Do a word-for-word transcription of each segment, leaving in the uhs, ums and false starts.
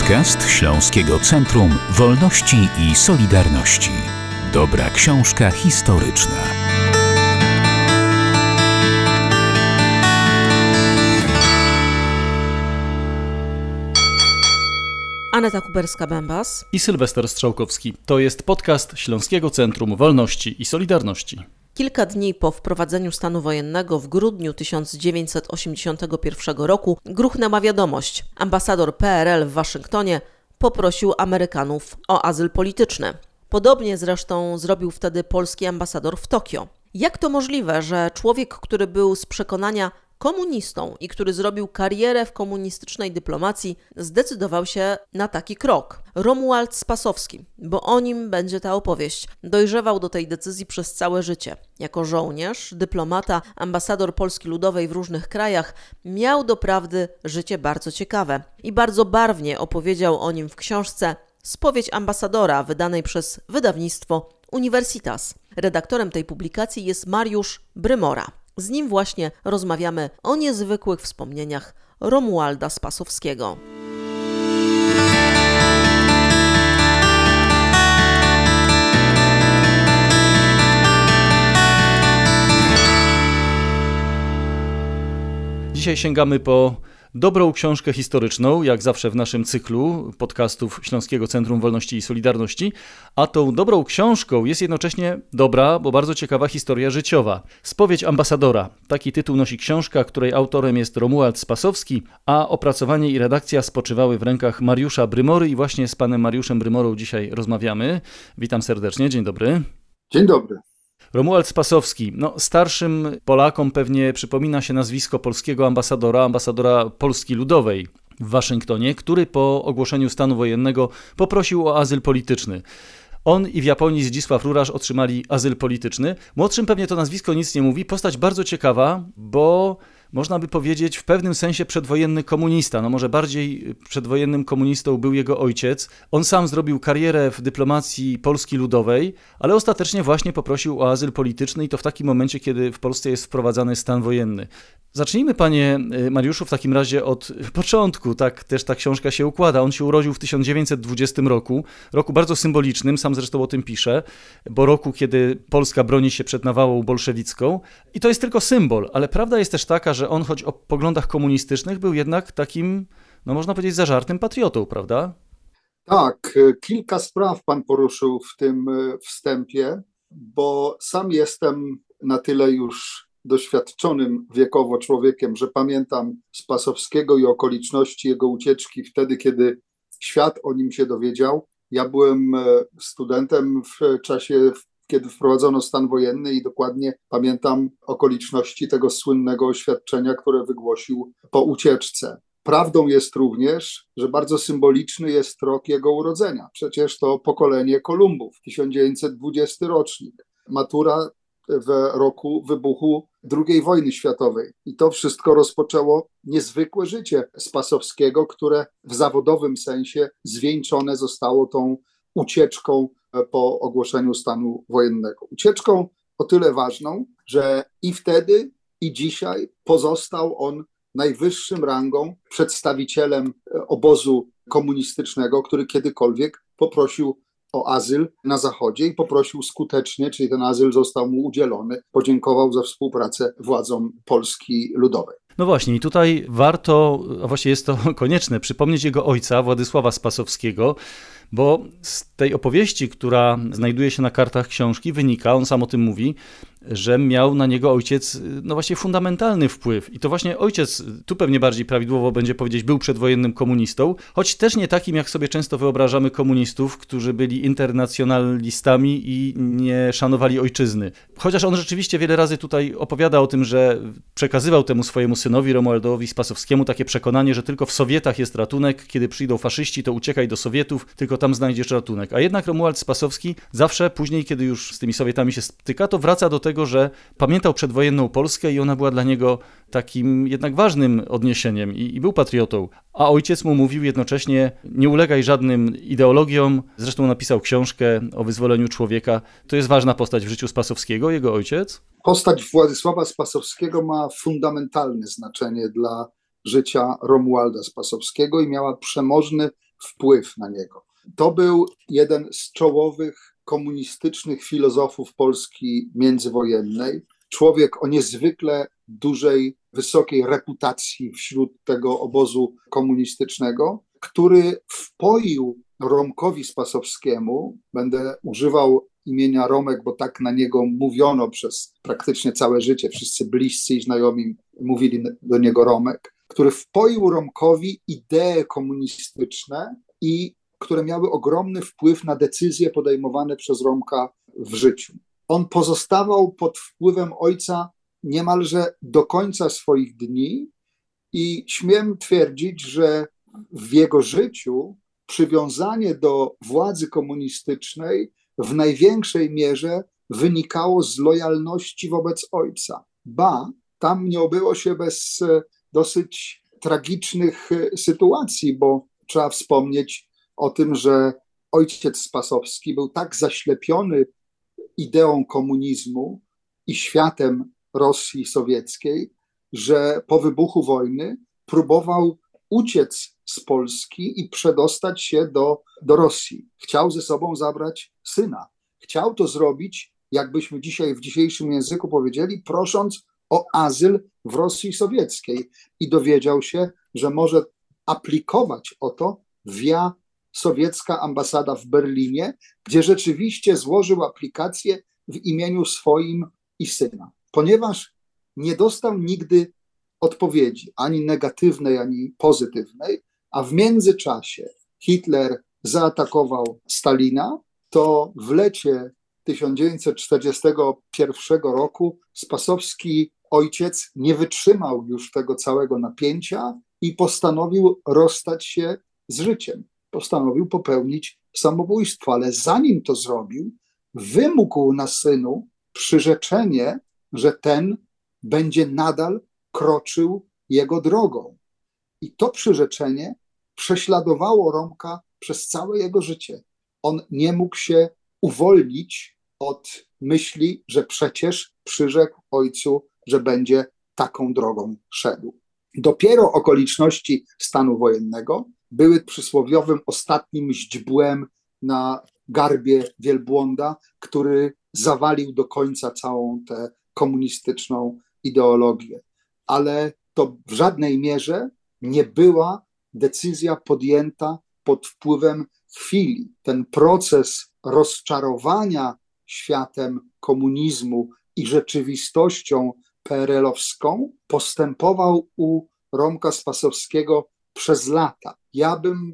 Podcast Śląskiego Centrum Wolności i Solidarności. Dobra książka historyczna. Aneta Kuberska-Bębas i Sylwester Strzałkowski. To jest podcast Śląskiego Centrum Wolności i Solidarności. Kilka dni po wprowadzeniu stanu wojennego w grudniu tysiąc dziewięćset osiemdziesiątego pierwszego roku gruchnęła wiadomość. Ambasador P R L w Waszyngtonie poprosił Amerykanów o azyl polityczny. Podobnie zresztą zrobił wtedy polski ambasador w Tokio. Jak to możliwe, że człowiek, który był z przekonania komunistą i który zrobił karierę w komunistycznej dyplomacji, zdecydował się na taki krok? Romuald Spasowski, bo o nim będzie ta opowieść, dojrzewał do tej decyzji przez całe życie. Jako żołnierz, dyplomata, ambasador Polski Ludowej w różnych krajach, miał doprawdy życie bardzo ciekawe i bardzo barwnie opowiedział o nim w książce Spowiedź ambasadora, wydanej przez wydawnictwo Universitas. Redaktorem tej publikacji jest Mariusz Brymora. Z nim właśnie rozmawiamy o niezwykłych wspomnieniach Romualda Spasowskiego. Dzisiaj sięgamy po dobrą książkę historyczną, jak zawsze w naszym cyklu podcastów Śląskiego Centrum Wolności i Solidarności, a tą dobrą książką jest jednocześnie dobra, bo bardzo ciekawa historia życiowa. Spowiedź ambasadora. Taki tytuł nosi książka, której autorem jest Romuald Spasowski, a opracowanie i redakcja spoczywały w rękach Mariusza Brymory i właśnie z panem Mariuszem Brymorą dzisiaj rozmawiamy. Witam serdecznie, dzień dobry. Dzień dobry. Romuald Spasowski. No, starszym Polakom pewnie przypomina się nazwisko polskiego ambasadora, ambasadora Polski Ludowej w Waszyngtonie, który po ogłoszeniu stanu wojennego poprosił o azyl polityczny. On i w Japonii Zdzisław Rurasz otrzymali azyl polityczny. Młodszym pewnie to nazwisko nic nie mówi. Postać bardzo ciekawa, bo można by powiedzieć w pewnym sensie przedwojenny komunista. No może bardziej przedwojennym komunistą był jego ojciec. On sam zrobił karierę w dyplomacji Polski Ludowej, ale ostatecznie właśnie poprosił o azyl polityczny i to w takim momencie, kiedy w Polsce jest wprowadzany stan wojenny. Zacznijmy, panie Mariuszu, w takim razie od początku. Tak też ta książka się układa. On się urodził w tysiąc dziewięćset dwudziestym roku, roku bardzo symbolicznym, sam zresztą o tym pisze, bo roku, kiedy Polska broni się przed nawałą bolszewicką. I to jest tylko symbol, ale prawda jest też taka, że on, choć o poglądach komunistycznych, był jednak takim, no można powiedzieć, zażartym patriotą, prawda? Tak, kilka spraw pan poruszył w tym wstępie, bo sam jestem na tyle już doświadczonym wiekowo człowiekiem, że pamiętam Spasowskiego i okoliczności jego ucieczki wtedy, kiedy świat o nim się dowiedział. Ja byłem studentem w czasie, kiedy wprowadzono stan wojenny i dokładnie pamiętam okoliczności tego słynnego oświadczenia, które wygłosił po ucieczce. Prawdą jest również, że bardzo symboliczny jest rok jego urodzenia. Przecież to pokolenie Kolumbów, tysiąc dziewięćset dwudziesty rocznik. Matura w roku wybuchu drugiej wojny światowej. I to wszystko rozpoczęło niezwykłe życie Spasowskiego, które w zawodowym sensie zwieńczone zostało tą ucieczką po ogłoszeniu stanu wojennego. Ucieczką o tyle ważną, że i wtedy, i dzisiaj pozostał on najwyższym rangą przedstawicielem obozu komunistycznego, który kiedykolwiek poprosił o azyl na Zachodzie i poprosił skutecznie, czyli ten azyl został mu udzielony. Podziękował za współpracę władzom Polski Ludowej. No właśnie, i tutaj warto, a właściwie jest to konieczne, przypomnieć jego ojca, Władysława Spasowskiego, bo z tej opowieści, która znajduje się na kartach książki, wynika, on sam o tym mówi, że miał na niego ojciec, no właśnie, fundamentalny wpływ. I to właśnie ojciec, tu pewnie bardziej prawidłowo będzie powiedzieć, był przedwojennym komunistą, choć też nie takim, jak sobie często wyobrażamy komunistów, którzy byli internacjonalistami i nie szanowali ojczyzny. Chociaż on rzeczywiście wiele razy tutaj opowiada o tym, że przekazywał temu swojemu synowi, Romualdowi Spasowskiemu, takie przekonanie, że tylko w Sowietach jest ratunek, kiedy przyjdą faszyści, to uciekaj do Sowietów, tylko tam znajdziesz ratunek. A jednak Romuald Spasowski zawsze później, kiedy już z tymi Sowietami się styka, to wraca do tego, że pamiętał przedwojenną Polskę i ona była dla niego takim jednak ważnym odniesieniem i, i był patriotą. A ojciec mu mówił jednocześnie, nie ulegaj żadnym ideologiom. Zresztą napisał książkę o wyzwoleniu człowieka. To jest ważna postać w życiu Spasowskiego, jego ojciec? Postać Władysława Spasowskiego ma fundamentalne znaczenie dla życia Romualda Spasowskiego i miała przemożny wpływ na niego. To był jeden z czołowych komunistycznych filozofów Polski międzywojennej. Człowiek o niezwykle dużej, wysokiej reputacji wśród tego obozu komunistycznego, który wpoił Romkowi Spasowskiemu, będę używał imienia Romek, bo tak na niego mówiono przez praktycznie całe życie, wszyscy bliscy i znajomi mówili do niego Romek, który wpoił Romkowi idee komunistyczne i które miały ogromny wpływ na decyzje podejmowane przez Romka w życiu. On pozostawał pod wpływem ojca niemalże do końca swoich dni i śmiem twierdzić, że w jego życiu przywiązanie do władzy komunistycznej w największej mierze wynikało z lojalności wobec ojca. Ba, tam nie obyło się bez dosyć tragicznych sytuacji, bo trzeba wspomnieć o tym, że ojciec Spasowski był tak zaślepiony ideą komunizmu i światem Rosji sowieckiej, że po wybuchu wojny próbował uciec z Polski i przedostać się do, do Rosji. Chciał ze sobą zabrać syna. Chciał to zrobić, jakbyśmy dzisiaj w dzisiejszym języku powiedzieli, prosząc o azyl w Rosji sowieckiej i dowiedział się, że może aplikować o to via sowiecka ambasada w Berlinie, gdzie rzeczywiście złożył aplikację w imieniu swoim i syna. Ponieważ nie dostał nigdy odpowiedzi, ani negatywnej, ani pozytywnej, a w międzyczasie Hitler zaatakował Stalina, to w lecie tysiąc dziewięćset czterdziestego pierwszego roku Spasowski ojciec nie wytrzymał już tego całego napięcia i postanowił rozstać się z życiem. Postanowił popełnić samobójstwo, ale zanim to zrobił, wymógł na synu przyrzeczenie, że ten będzie nadal kroczył jego drogą. I to przyrzeczenie prześladowało Romka przez całe jego życie. On nie mógł się uwolnić od myśli, że przecież przyrzekł ojcu, że będzie taką drogą szedł. Dopiero okoliczności stanu wojennego były przysłowiowym ostatnim źdźbłem na garbie wielbłąda, który zawalił do końca całą tę komunistyczną ideologię. Ale to w żadnej mierze nie była decyzja podjęta pod wpływem chwili. Ten proces rozczarowania światem komunizmu i rzeczywistością P R L-owską postępował u Romka Spasowskiego przez lata. Ja bym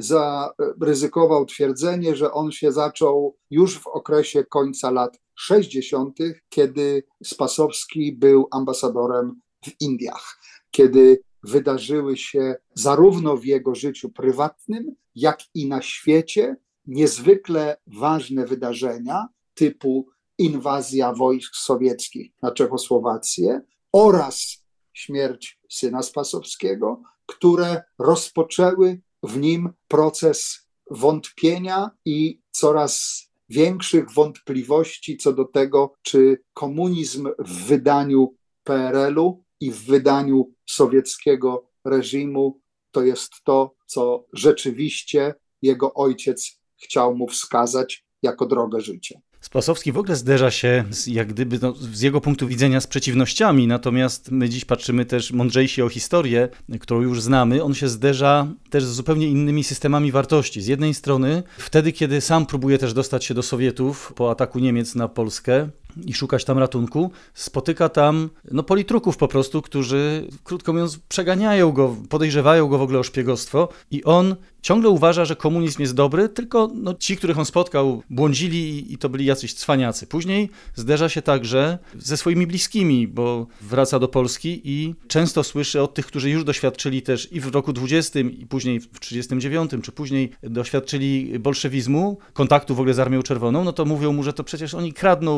zaryzykował twierdzenie, że on się zaczął już w okresie końca lat sześćdziesiątych, kiedy Spasowski był ambasadorem w Indiach, kiedy wydarzyły się zarówno w jego życiu prywatnym, jak i na świecie niezwykle ważne wydarzenia typu inwazja wojsk sowieckich na Czechosłowację oraz śmierć syna Spasowskiego, które rozpoczęły w nim proces wątpienia i coraz większych wątpliwości co do tego, czy komunizm w wydaniu P R L-u i w wydaniu sowieckiego reżimu to jest to, co rzeczywiście jego ojciec chciał mu wskazać jako drogę życia. Spasowski w ogóle zderza się z, jak gdyby no, z jego punktu widzenia z przeciwnościami, natomiast my dziś patrzymy też mądrzejsi o historię, którą już znamy. On się zderza też z zupełnie innymi systemami wartości. Z jednej strony wtedy, kiedy sam próbuje też dostać się do Sowietów po ataku Niemiec na Polskę i szukać tam ratunku, spotyka tam no, politruków po prostu, którzy, krótko mówiąc, przeganiają go, podejrzewają go w ogóle o szpiegostwo i on ciągle uważa, że komunizm jest dobry, tylko no, ci, których on spotkał, błądzili i to byli jacyś cwaniacy. Później zderza się także ze swoimi bliskimi, bo wraca do Polski i często słyszy od tych, którzy już doświadczyli też i w roku dwudziestym i później w trzydziestym dziewiątym, czy później doświadczyli bolszewizmu, kontaktu w ogóle z Armią Czerwoną, no to mówią mu, że to przecież oni kradną, gwałcą,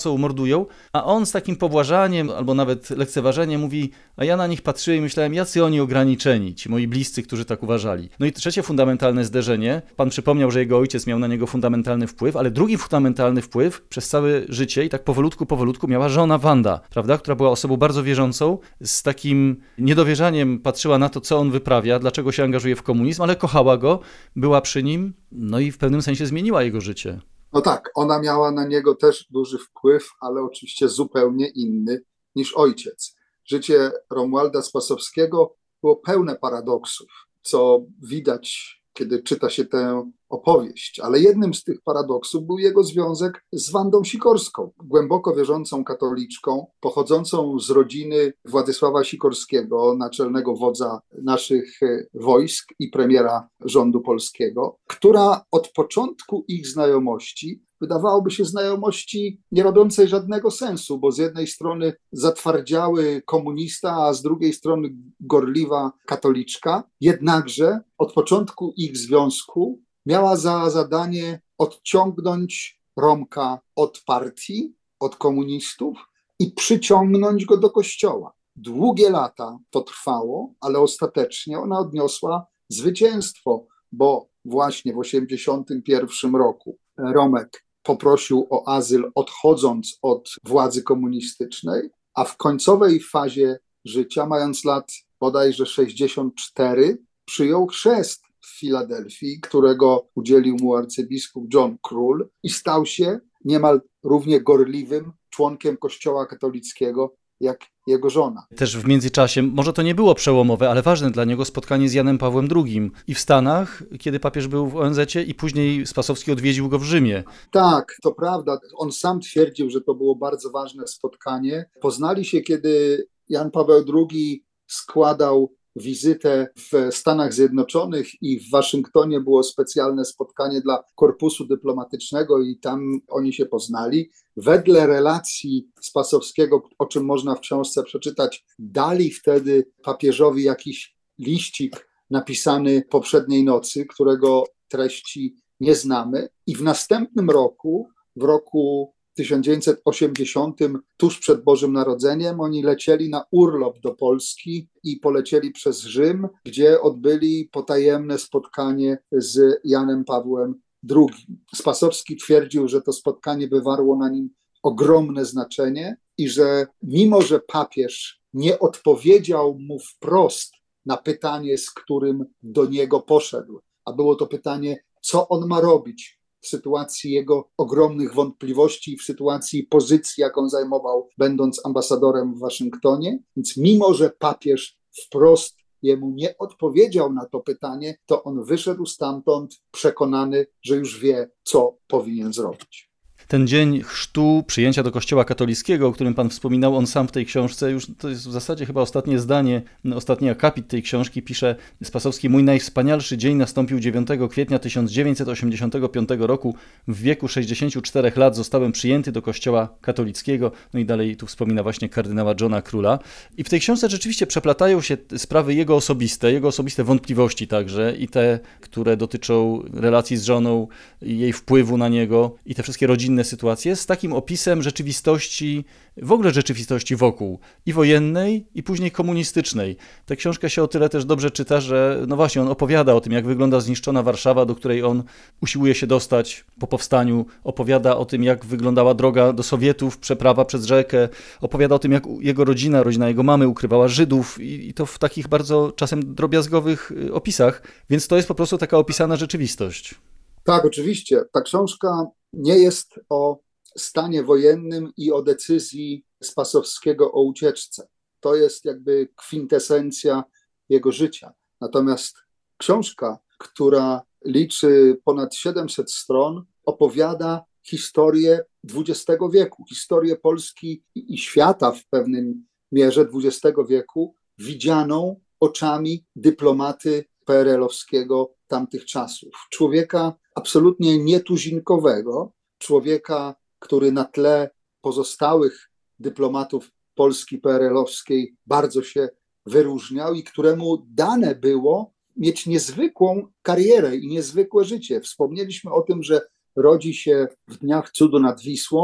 przeprowadzą, mordują, a on z takim pobłażaniem albo nawet lekceważeniem mówi, a ja na nich patrzyłem i myślałem, jacy oni ograniczeni, ci moi bliscy, którzy tak uważali. No i trzecie fundamentalne zderzenie, pan przypomniał, że jego ojciec miał na niego fundamentalny wpływ, ale drugi fundamentalny wpływ przez całe życie i tak powolutku, powolutku miała żona Wanda, prawda, która była osobą bardzo wierzącą, z takim niedowierzaniem patrzyła na to, co on wyprawia, dlaczego się angażuje w komunizm, ale kochała go, była przy nim, no i w pewnym sensie zmieniła jego życie. No tak, ona miała na niego też duży wpływ, ale oczywiście zupełnie inny niż ojciec. Życie Romualda Spasowskiego było pełne paradoksów, co widać, kiedy czyta się tę opowieść, ale jednym z tych paradoksów był jego związek z Wandą Sikorską, głęboko wierzącą katoliczką, pochodzącą z rodziny Władysława Sikorskiego, naczelnego wodza naszych wojsk i premiera rządu polskiego, która od początku ich znajomości wydawałoby się znajomości nie robiącej żadnego sensu, bo z jednej strony zatwardziały komunista, a z drugiej strony gorliwa katoliczka, jednakże od początku ich związku miała za zadanie odciągnąć Romka od partii, od komunistów i przyciągnąć go do kościoła. Długie lata to trwało, ale ostatecznie ona odniosła zwycięstwo, bo właśnie w osiemdziesiątym pierwszym roku Romek poprosił o azyl, odchodząc od władzy komunistycznej, a w końcowej fazie życia, mając lat bodajże sześćdziesiąt cztery, przyjął chrzest w Filadelfii, którego udzielił mu arcybiskup John Król i stał się niemal równie gorliwym członkiem Kościoła katolickiego jak jego żona. Też w międzyczasie, może to nie było przełomowe, ale ważne dla niego spotkanie z Janem Pawłem drugim i w Stanach, kiedy papież był w O N Z-cie i później Spasowski odwiedził go w Rzymie. Tak, to prawda. On sam twierdził, że to było bardzo ważne spotkanie. Poznali się, kiedy Jan Paweł drugi składał wizytę w Stanach Zjednoczonych i w Waszyngtonie było specjalne spotkanie dla korpusu dyplomatycznego i tam oni się poznali. Wedle relacji Spasowskiego, o czym można w książce przeczytać, dali wtedy papieżowi jakiś liścik napisany poprzedniej nocy, którego treści nie znamy. I w następnym roku, w roku tysiąc dziewięćset osiemdziesiątym, tuż przed Bożym Narodzeniem, oni lecieli na urlop do Polski i polecieli przez Rzym, gdzie odbyli potajemne spotkanie z Janem Pawłem drugim. Spasowski twierdził, że to spotkanie wywarło na nim ogromne znaczenie i że mimo, że papież nie odpowiedział mu wprost na pytanie, z którym do niego poszedł, a było to pytanie, co on ma robić w sytuacji jego ogromnych wątpliwości, w sytuacji pozycji, jaką zajmował, będąc ambasadorem w Waszyngtonie. Więc mimo, że papież wprost jemu nie odpowiedział na to pytanie, to on wyszedł stamtąd przekonany, że już wie, co powinien zrobić. Ten dzień chrztu, przyjęcia do kościoła katolickiego, o którym pan wspominał, on sam w tej książce, już to jest w zasadzie chyba ostatnie zdanie, ostatni akapit tej książki, pisze Spasowski: mój najwspanialszy dzień nastąpił dziewiątego kwietnia tysiąc dziewięćset osiemdziesiątego piątego roku. W wieku sześćdziesięciu czterech lat zostałem przyjęty do kościoła katolickiego. No i dalej tu wspomina właśnie kardynała Johna Króla. I w tej książce rzeczywiście przeplatają się sprawy jego osobiste, jego osobiste wątpliwości także i te, które dotyczą relacji z żoną, jej wpływu na niego i te wszystkie rodzinne sytuacje z takim opisem rzeczywistości, w ogóle rzeczywistości wokół, i wojennej, i później komunistycznej. Tę książkę się o tyle też dobrze czyta, że no właśnie on opowiada o tym, jak wygląda zniszczona Warszawa, do której on usiłuje się dostać po powstaniu, opowiada o tym, jak wyglądała droga do Sowietów, przeprawa przez rzekę, opowiada o tym, jak jego rodzina, rodzina jego mamy ukrywała Żydów i, i to w takich bardzo czasem drobiazgowych opisach, więc to jest po prostu taka opisana rzeczywistość. Tak, oczywiście. Ta książka nie jest o stanie wojennym i o decyzji Spasowskiego o ucieczce. To jest jakby kwintesencja jego życia. Natomiast książka, która liczy ponad siedemset stron, opowiada historię dwudziestego wieku, historię Polski i świata w pewnym mierze dwudziestego wieku, widzianą oczami dyplomaty P R L-owskiego tamtych czasów. Człowieka absolutnie nietuzinkowego, człowieka, który na tle pozostałych dyplomatów Polski P R L-owskiej bardzo się wyróżniał i któremu dane było mieć niezwykłą karierę i niezwykłe życie. Wspomnieliśmy o tym, że rodzi się w dniach cudu nad Wisłą,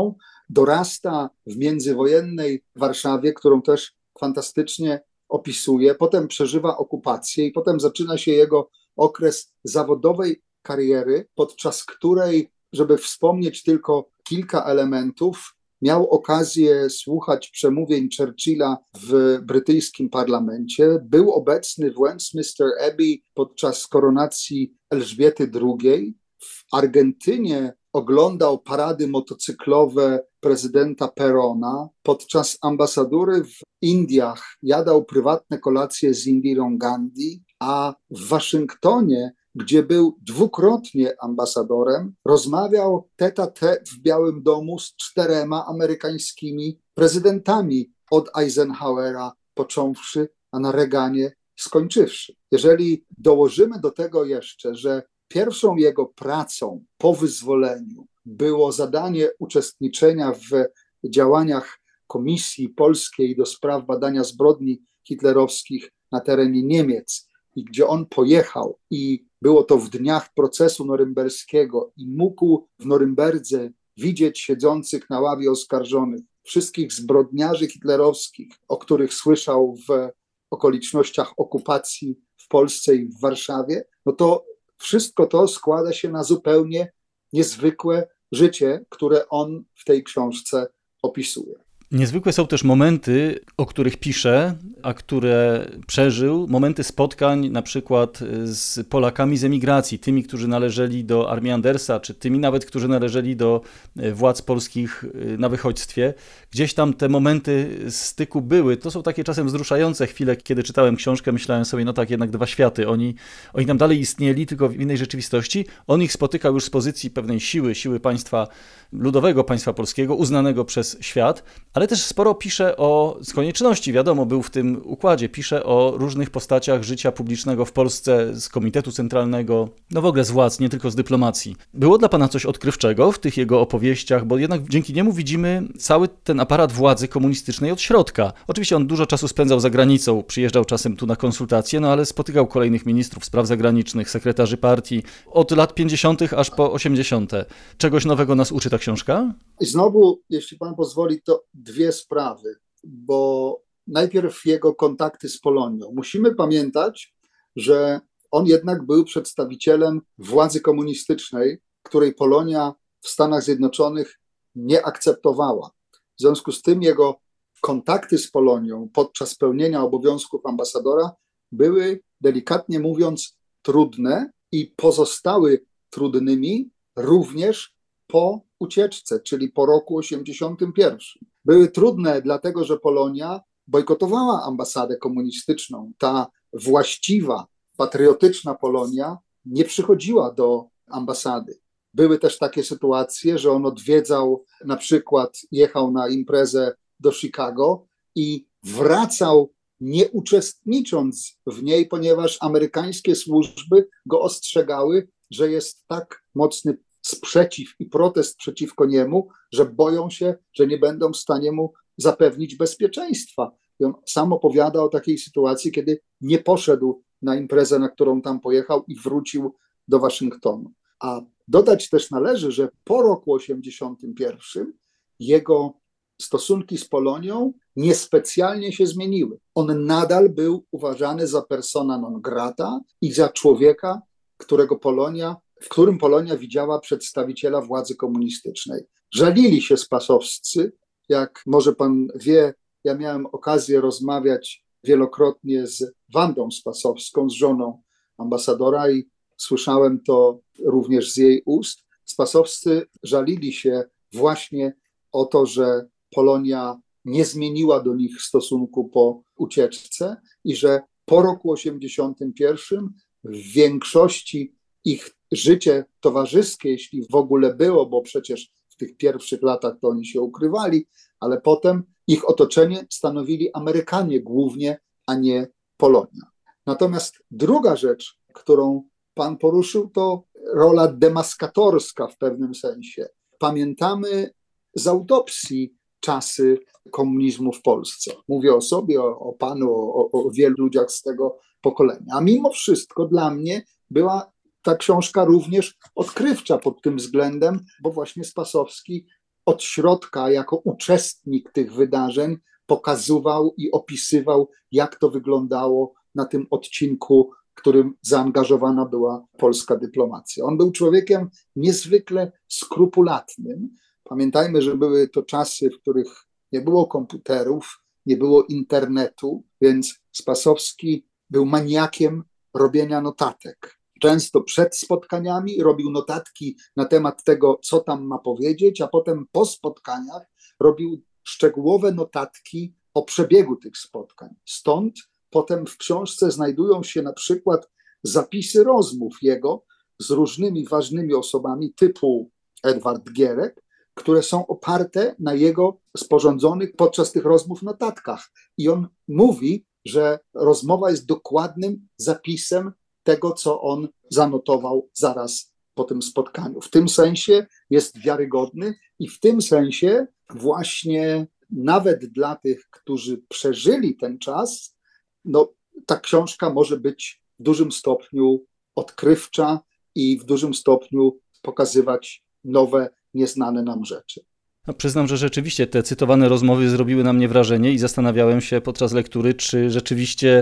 dorasta w międzywojennej Warszawie, którą też fantastycznie opisuje, potem przeżywa okupację i potem zaczyna się jego okres zawodowej kariery, podczas której, żeby wspomnieć tylko kilka elementów, miał okazję słuchać przemówień Churchilla w brytyjskim parlamencie, był obecny w Westminster Abbey podczas koronacji Elżbiety drugiej, w Argentynie oglądał parady motocyklowe prezydenta Perona, podczas ambasadury w Indiach jadał prywatne kolacje z Indirą Gandhi, a w Waszyngtonie, gdzie był dwukrotnie ambasadorem, rozmawiał tête-à-tête w Białym Domu z czterema amerykańskimi prezydentami, od Eisenhowera począwszy, a na Reaganie skończywszy. Jeżeli dołożymy do tego jeszcze, że pierwszą jego pracą po wyzwoleniu było zadanie uczestniczenia w działaniach Komisji Polskiej do spraw badania zbrodni hitlerowskich na terenie Niemiec, i gdzie on pojechał i było to w dniach procesu norymberskiego i mógł w Norymberdze widzieć siedzących na ławie oskarżonych wszystkich zbrodniarzy hitlerowskich, o których słyszał w okolicznościach okupacji w Polsce i w Warszawie, no to wszystko to składa się na zupełnie niezwykłe życie, które on w tej książce opisuje. Niezwykłe są też momenty, o których pisze, a które przeżył, momenty spotkań na przykład z Polakami z emigracji, tymi, którzy należeli do armii Andersa, czy tymi nawet, którzy należeli do władz polskich na wychodźstwie. Gdzieś tam te momenty styku były. To są takie czasem wzruszające chwile, kiedy czytałem książkę, myślałem sobie, no tak, jednak dwa światy. Oni, oni tam dalej istnieli, tylko w innej rzeczywistości. On ich spotykał już z pozycji pewnej siły, siły państwa ludowego, państwa polskiego, uznanego przez świat, ale też sporo pisze o, z konieczności, wiadomo, był w tym układzie, pisze o różnych postaciach życia publicznego w Polsce, z Komitetu Centralnego, no w ogóle z władz, nie tylko z dyplomacji. Było dla pana coś odkrywczego w tych jego opowieściach, bo jednak dzięki niemu widzimy cały ten aparat władzy komunistycznej od środka. Oczywiście on dużo czasu spędzał za granicą, przyjeżdżał czasem tu na konsultacje, no ale spotykał kolejnych ministrów spraw zagranicznych, sekretarzy partii, od lat pięćdziesiątych aż po osiemdziesiąte. Czegoś nowego nas uczy ta książka? I znowu, jeśli pan pozwoli, to dwie sprawy, bo najpierw jego kontakty z Polonią. Musimy pamiętać, że on jednak był przedstawicielem władzy komunistycznej, której Polonia w Stanach Zjednoczonych nie akceptowała. W związku z tym jego kontakty z Polonią podczas pełnienia obowiązków ambasadora były, delikatnie mówiąc, trudne i pozostały trudnymi również po ucieczce, czyli po roku osiemdziesiątym pierwszym. Były trudne dlatego, że Polonia bojkotowała ambasadę komunistyczną. Ta właściwa, patriotyczna Polonia nie przychodziła do ambasady. Były też takie sytuacje, że on odwiedzał, na przykład jechał na imprezę do Chicago i wracał nie uczestnicząc w niej, ponieważ amerykańskie służby go ostrzegały, że jest tak mocny sprzeciw i protest przeciwko niemu, że boją się, że nie będą w stanie mu zapewnić bezpieczeństwa. I on sam opowiada o takiej sytuacji, kiedy nie poszedł na imprezę, na którą tam pojechał i wrócił do Waszyngtonu. A dodać też należy, że po roku osiemdziesiątym pierwszym jego stosunki z Polonią niespecjalnie się zmieniły. On nadal był uważany za persona non grata i za człowieka, którego Polonia, w którym Polonia widziała przedstawiciela władzy komunistycznej. Żalili się spasowscy, jak może pan wie, ja miałem okazję rozmawiać wielokrotnie z Wandą Spasowską, z żoną ambasadora, i słyszałem to również z jej ust. Spasowscy żalili się właśnie o to, że Polonia nie zmieniła do nich stosunku po ucieczce i że po roku osiemdziesiątym pierwszym w większości ich życie towarzyskie, jeśli w ogóle było, bo przecież w tych pierwszych latach to oni się ukrywali, ale potem ich otoczenie stanowili Amerykanie głównie, a nie Polonia. Natomiast druga rzecz, którą pan poruszył, to rola demaskatorska w pewnym sensie. Pamiętamy z autopsji czasy komunizmu w Polsce. Mówię o sobie, o, o panu, o, o wielu ludziach z tego pokolenia. A mimo wszystko dla mnie była ta książka również odkrywcza pod tym względem, bo właśnie Spasowski od środka, jako uczestnik tych wydarzeń, pokazywał i opisywał, jak to wyglądało na tym odcinku, w którym zaangażowana była polska dyplomacja. On był człowiekiem niezwykle skrupulatnym. Pamiętajmy, że były to czasy, w których nie było komputerów, nie było internetu, więc Spasowski był maniakiem robienia notatek. Często przed spotkaniami robił notatki na temat tego, co tam ma powiedzieć, a potem po spotkaniach robił szczegółowe notatki o przebiegu tych spotkań. Stąd potem w książce znajdują się na przykład zapisy rozmów jego z różnymi ważnymi osobami typu Edward Gierek, które są oparte na jego sporządzonych podczas tych rozmów notatkach. I on mówi, że rozmowa jest dokładnym zapisem tego, co on zanotował zaraz po tym spotkaniu. W tym sensie jest wiarygodny i w tym sensie właśnie nawet dla tych, którzy przeżyli ten czas, no, ta książka może być w dużym stopniu odkrywcza i w dużym stopniu pokazywać nowe, nieznane nam rzeczy. No, przyznam, że rzeczywiście te cytowane rozmowy zrobiły na mnie wrażenie i zastanawiałem się podczas lektury, czy rzeczywiście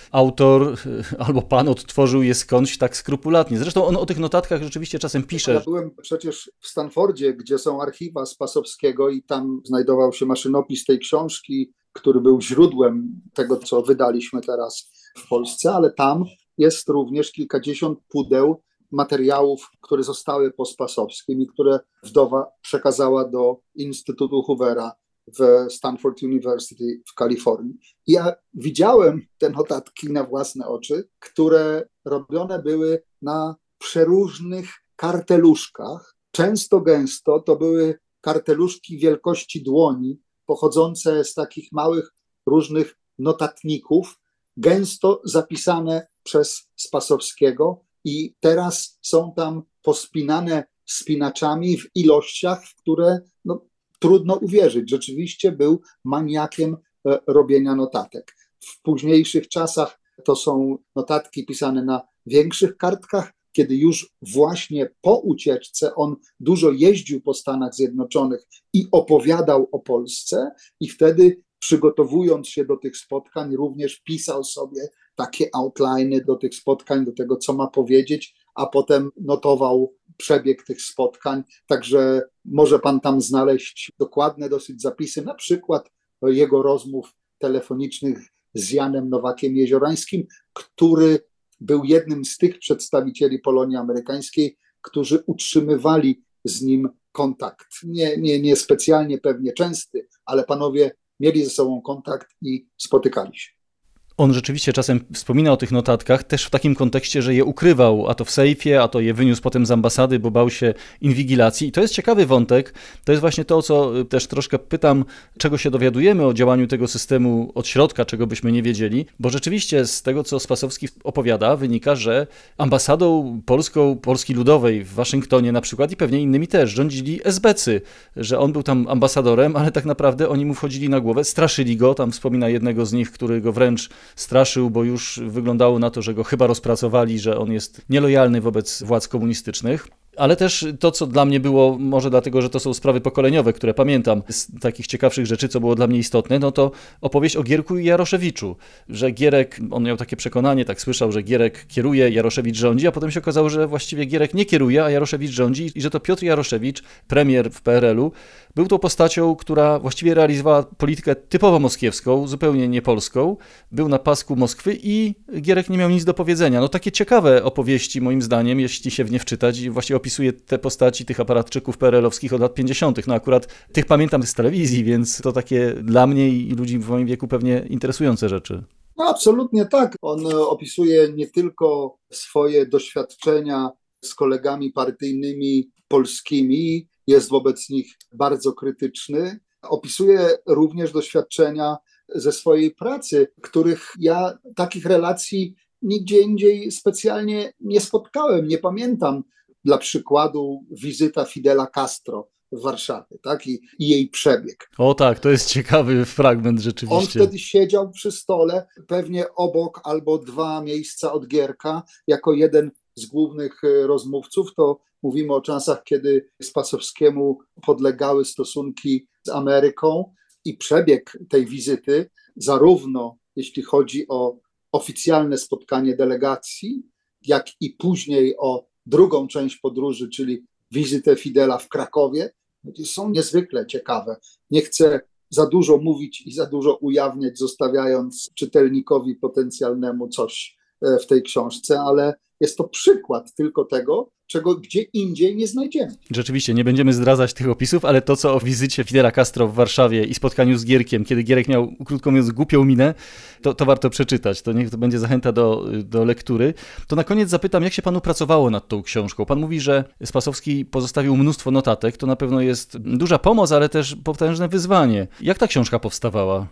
autor albo pan odtworzył je skądś tak skrupulatnie. Zresztą on o tych notatkach rzeczywiście czasem pisze. Ja byłem przecież w Stanfordzie, gdzie są archiwa Spasowskiego i tam znajdował się maszynopis tej książki, który był źródłem tego, co wydaliśmy teraz w Polsce, ale tam jest również kilkadziesiąt pudeł materiałów, które zostały po Spasowskim i które wdowa przekazała do Instytutu Hoovera w Stanford University w Kalifornii. Ja widziałem te notatki na własne oczy, które robione były na przeróżnych karteluszkach. Często gęsto to były karteluszki wielkości dłoni, pochodzące z takich małych różnych notatników, gęsto zapisane przez Spasowskiego i teraz są tam pospinane spinaczami w ilościach, w które no, trudno uwierzyć. Rzeczywiście był maniakiem e, robienia notatek. W późniejszych czasach to są notatki pisane na większych kartkach, kiedy już właśnie po ucieczce on dużo jeździł po Stanach Zjednoczonych i opowiadał o Polsce i wtedy przygotowując się do tych spotkań również pisał sobie takie outliny do tych spotkań, do tego, co ma powiedzieć, a potem notował przebieg tych spotkań. Także może pan tam znaleźć dokładne dosyć zapisy, na przykład jego rozmów telefonicznych z Janem Nowakiem Jeziorańskim, który był jednym z tych przedstawicieli Polonii Amerykańskiej, którzy utrzymywali z nim kontakt. Nie, nie, nie specjalnie pewnie częsty, ale panowie mieli ze sobą kontakt i spotykali się. On rzeczywiście czasem wspomina o tych notatkach, też w takim kontekście, że je ukrywał, a to w sejfie, a to je wyniósł potem z ambasady, bo bał się inwigilacji. I to jest ciekawy wątek. To jest właśnie to, co też troszkę pytam, czego się dowiadujemy o działaniu tego systemu od środka, czego byśmy nie wiedzieli, bo rzeczywiście z tego, co Spasowski opowiada, wynika, że ambasadą polską, Polski Ludowej w Waszyngtonie na przykład i pewnie innymi też rządzili esbecy, że on był tam ambasadorem, ale tak naprawdę oni mu wchodzili na głowę, straszyli go, tam wspomina jednego z nich, który go wręcz straszył, bo już wyglądało na to, że go chyba rozpracowali, że on jest nielojalny wobec władz komunistycznych. Ale też to, co dla mnie było, może dlatego, że to są sprawy pokoleniowe, które pamiętam z takich ciekawszych rzeczy, co było dla mnie istotne, no to opowieść o Gierku i Jaroszewiczu, że Gierek, on miał takie przekonanie, tak słyszał, że Gierek kieruje, Jaroszewicz rządzi, a potem się okazało, że właściwie Gierek nie kieruje, a Jaroszewicz rządzi i że to Piotr Jaroszewicz, premier w P R L u, był tą postacią, która właściwie realizowała politykę typowo moskiewską, zupełnie nie polską, był na pasku Moskwy i Gierek nie miał nic do powiedzenia. No takie ciekawe opowieści moim zdaniem, jeśli się w nie wczytać i właściwie opisuje te postaci tych aparatczyków P R L owskich od lat pięćdziesiątych. No akurat tych pamiętam z telewizji, więc to takie dla mnie i ludzi w moim wieku pewnie interesujące rzeczy. No absolutnie tak. On opisuje nie tylko swoje doświadczenia z kolegami partyjnymi polskimi, jest wobec nich bardzo krytyczny. Opisuje również doświadczenia ze swojej pracy, których ja takich relacji nigdzie indziej specjalnie nie spotkałem, nie pamiętam. Dla przykładu wizyta Fidela Castro w Warszawie, tak? I, i jej przebieg. O tak, to jest ciekawy fragment rzeczywiście. On wtedy siedział przy stole, pewnie obok albo dwa miejsca od Gierka, jako jeden z głównych rozmówców, to Mówimy o czasach, kiedy Spasowskiemu podlegały stosunki z Ameryką i przebieg tej wizyty, zarówno jeśli chodzi o oficjalne spotkanie delegacji, jak i później o drugą część podróży, czyli wizytę Fidela w Krakowie, są niezwykle ciekawe. Nie chcę za dużo mówić i za dużo ujawniać, zostawiając czytelnikowi potencjalnemu coś w tej książce, ale jest to przykład tylko tego, czego gdzie indziej nie znajdziemy. Rzeczywiście, nie będziemy zdradzać tych opisów, ale to, co o wizycie Fidela Castro w Warszawie i spotkaniu z Gierkiem, kiedy Gierek miał, krótko mówiąc, głupią minę, to, to warto przeczytać. To niech to będzie zachęta do, do lektury. To na koniec zapytam, jak się panu pracowało nad tą książką? Pan mówi, że Spasowski pozostawił mnóstwo notatek. To na pewno jest duża pomoc, ale też potężne wyzwanie. Jak ta książka powstawała?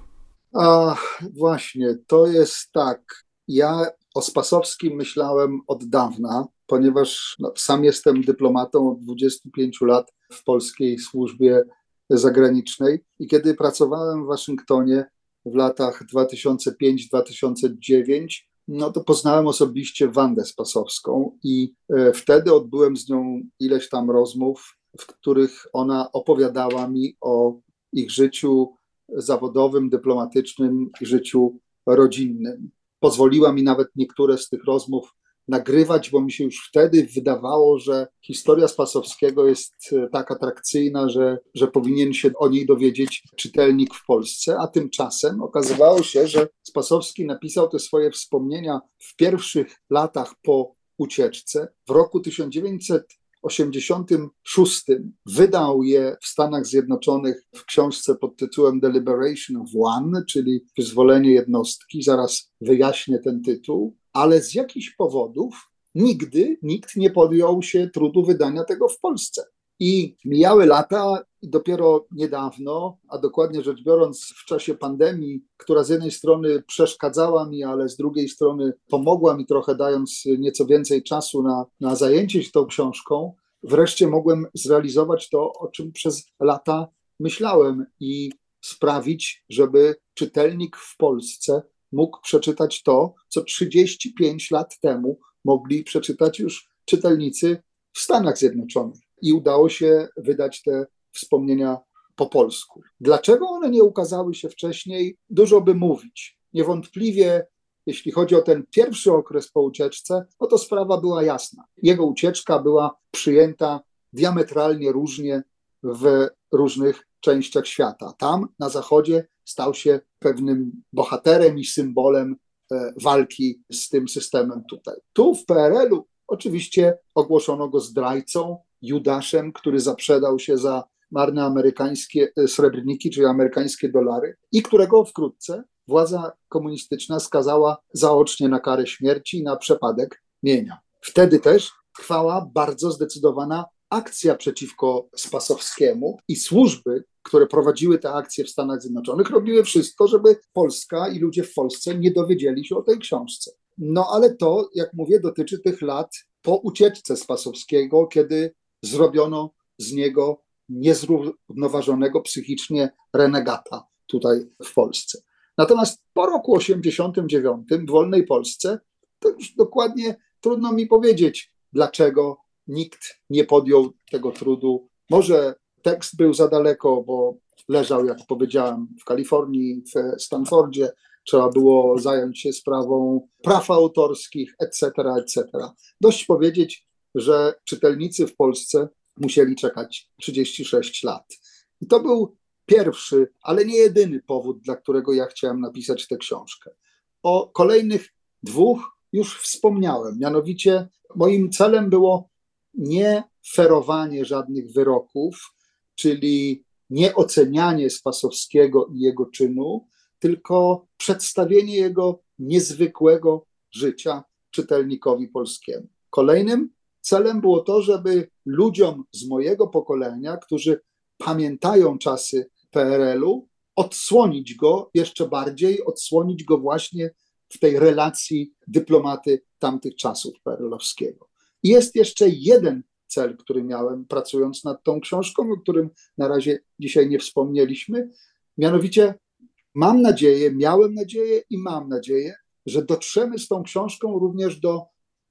A właśnie, to jest tak. Ja o Spasowskim myślałem od dawna, ponieważ no, sam jestem dyplomatą od dwudziestu pięciu lat w polskiej służbie zagranicznej i kiedy pracowałem w Waszyngtonie w latach dwa tysiące piąty do dwa tysiące dziewiątego, no to poznałem osobiście Wandę Spasowską i e, wtedy odbyłem z nią ileś tam rozmów, w których ona opowiadała mi o ich życiu zawodowym, dyplomatycznym i życiu rodzinnym. Pozwoliła mi nawet niektóre z tych rozmów nagrywać, bo mi się już wtedy wydawało, że historia Spasowskiego jest tak atrakcyjna, że, że powinien się o niej dowiedzieć czytelnik w Polsce, a tymczasem okazywało się, że Spasowski napisał te swoje wspomnienia w pierwszych latach po ucieczce. W roku tysiąc dziewięćset osiemdziesiątym szóstym wydał je w Stanach Zjednoczonych w książce pod tytułem The Liberation of One, czyli Wyzwolenie jednostki. Zaraz wyjaśnię ten tytuł, ale z jakichś powodów nigdy nikt nie podjął się trudu wydania tego w Polsce. I mijały lata i dopiero niedawno, a dokładnie rzecz biorąc w czasie pandemii, która z jednej strony przeszkadzała mi, ale z drugiej strony pomogła mi trochę, dając nieco więcej czasu na, na zajęcie się tą książką, wreszcie mogłem zrealizować to, o czym przez lata myślałem i sprawić, żeby czytelnik w Polsce mógł przeczytać to, co trzydzieści pięć lat temu mogli przeczytać już czytelnicy w Stanach Zjednoczonych. I udało się wydać te wspomnienia po polsku. Dlaczego one nie ukazały się wcześniej? Dużo by mówić. Niewątpliwie, jeśli chodzi o ten pierwszy okres po ucieczce, no to sprawa była jasna. Jego ucieczka była przyjęta diametralnie różnie w różnych częściach świata. Tam, na Zachodzie, stał się pewnym bohaterem i symbolem e, walki z tym systemem tutaj. Tu w P R L-u oczywiście ogłoszono go zdrajcą, Judaszem, który zaprzedał się za marne amerykańskie srebrniki, czyli amerykańskie dolary i którego wkrótce władza komunistyczna skazała zaocznie na karę śmierci i na przepadek mienia. Wtedy też trwała bardzo zdecydowana akcja przeciwko Spasowskiemu i służby, które prowadziły te akcje w Stanach Zjednoczonych, robiły wszystko, żeby Polska i ludzie w Polsce nie dowiedzieli się o tej książce. No ale to, jak mówię, dotyczy tych lat po ucieczce Spasowskiego, kiedy zrobiono z niego niezrównoważonego psychicznie renegata tutaj w Polsce. Natomiast po roku osiemdziesiątym dziewiątym w wolnej Polsce to już dokładnie trudno mi powiedzieć, dlaczego nikt nie podjął tego trudu. Może tekst był za daleko, bo leżał, jak powiedziałem, w Kalifornii, w Stanfordzie. Trzeba było zająć się sprawą praw autorskich, et cetera, et cetera. Dość powiedzieć, że czytelnicy w Polsce musieli czekać trzydzieści sześć lat. I to był pierwszy, ale nie jedyny powód, dla którego ja chciałem napisać tę książkę. O kolejnych dwóch już wspomniałem. Mianowicie moim celem było nie ferowanie żadnych wyroków, czyli nie ocenianie Spasowskiego i jego czynu, tylko przedstawienie jego niezwykłego życia czytelnikowi polskiemu. Kolejnym celem było to, żeby ludziom z mojego pokolenia, którzy pamiętają czasy P R L-u, odsłonić go jeszcze bardziej, odsłonić go właśnie w tej relacji dyplomaty tamtych czasów P R L-owskiego. I jest jeszcze jeden cel, który miałem pracując nad tą książką, o którym na razie dzisiaj nie wspomnieliśmy, mianowicie mam nadzieję, miałem nadzieję i mam nadzieję, że dotrzemy z tą książką również do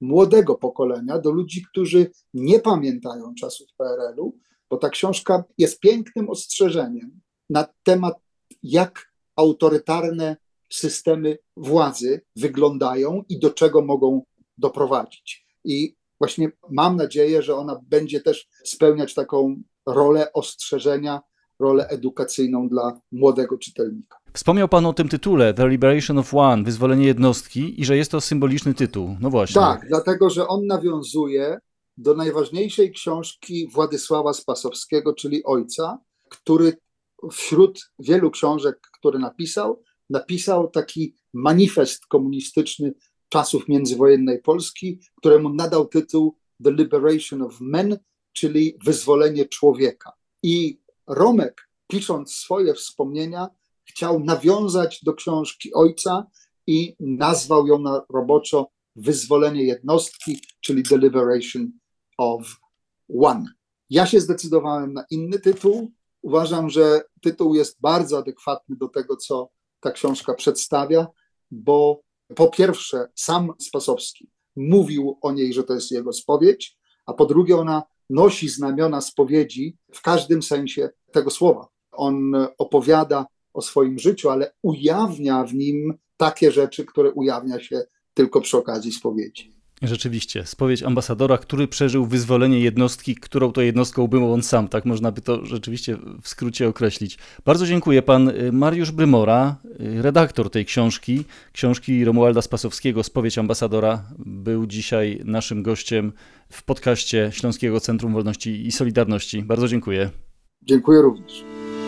młodego pokolenia, do ludzi, którzy nie pamiętają czasów P R L-u, bo ta książka jest pięknym ostrzeżeniem na temat, jak autorytarne systemy władzy wyglądają i do czego mogą doprowadzić. I właśnie mam nadzieję, że ona będzie też spełniać taką rolę ostrzeżenia, rolę edukacyjną dla młodego czytelnika. Wspomniał Pan o tym tytule, The Liberation of One, Wyzwolenie jednostki, i że jest to symboliczny tytuł. No właśnie. Tak, dlatego, że on nawiązuje do najważniejszej książki Władysława Spasowskiego, czyli Ojca, który wśród wielu książek, które napisał, napisał taki manifest komunistyczny czasów międzywojennej Polski, któremu nadał tytuł The Liberation of Men, czyli Wyzwolenie człowieka. I Romek, pisząc swoje wspomnienia, chciał nawiązać do książki Ojca i nazwał ją na roboczo Wyzwolenie jednostki, czyli The Liberation of One. Ja się zdecydowałem na inny tytuł. Uważam, że tytuł jest bardzo adekwatny do tego, co ta książka przedstawia, bo po pierwsze sam Spasowski mówił o niej, że to jest jego spowiedź, a po drugie ona nosi znamiona spowiedzi w każdym sensie tego słowa. On opowiada o swoim życiu, ale ujawnia w nim takie rzeczy, które ujawnia się tylko przy okazji spowiedzi. Rzeczywiście, spowiedź ambasadora, który przeżył wyzwolenie jednostki, którą to jednostką był on sam, tak można by to rzeczywiście w skrócie określić. Bardzo dziękuję. Pan Mariusz Brymora, redaktor tej książki, książki Romualda Spasowskiego, Spowiedź ambasadora, był dzisiaj naszym gościem w podcaście Śląskiego Centrum Wolności i Solidarności. Bardzo dziękuję. Dziękuję również.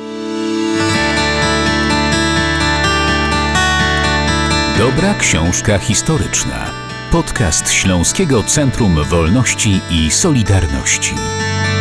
Dobra książka historyczna. Podcast Śląskiego Centrum Wolności i Solidarności.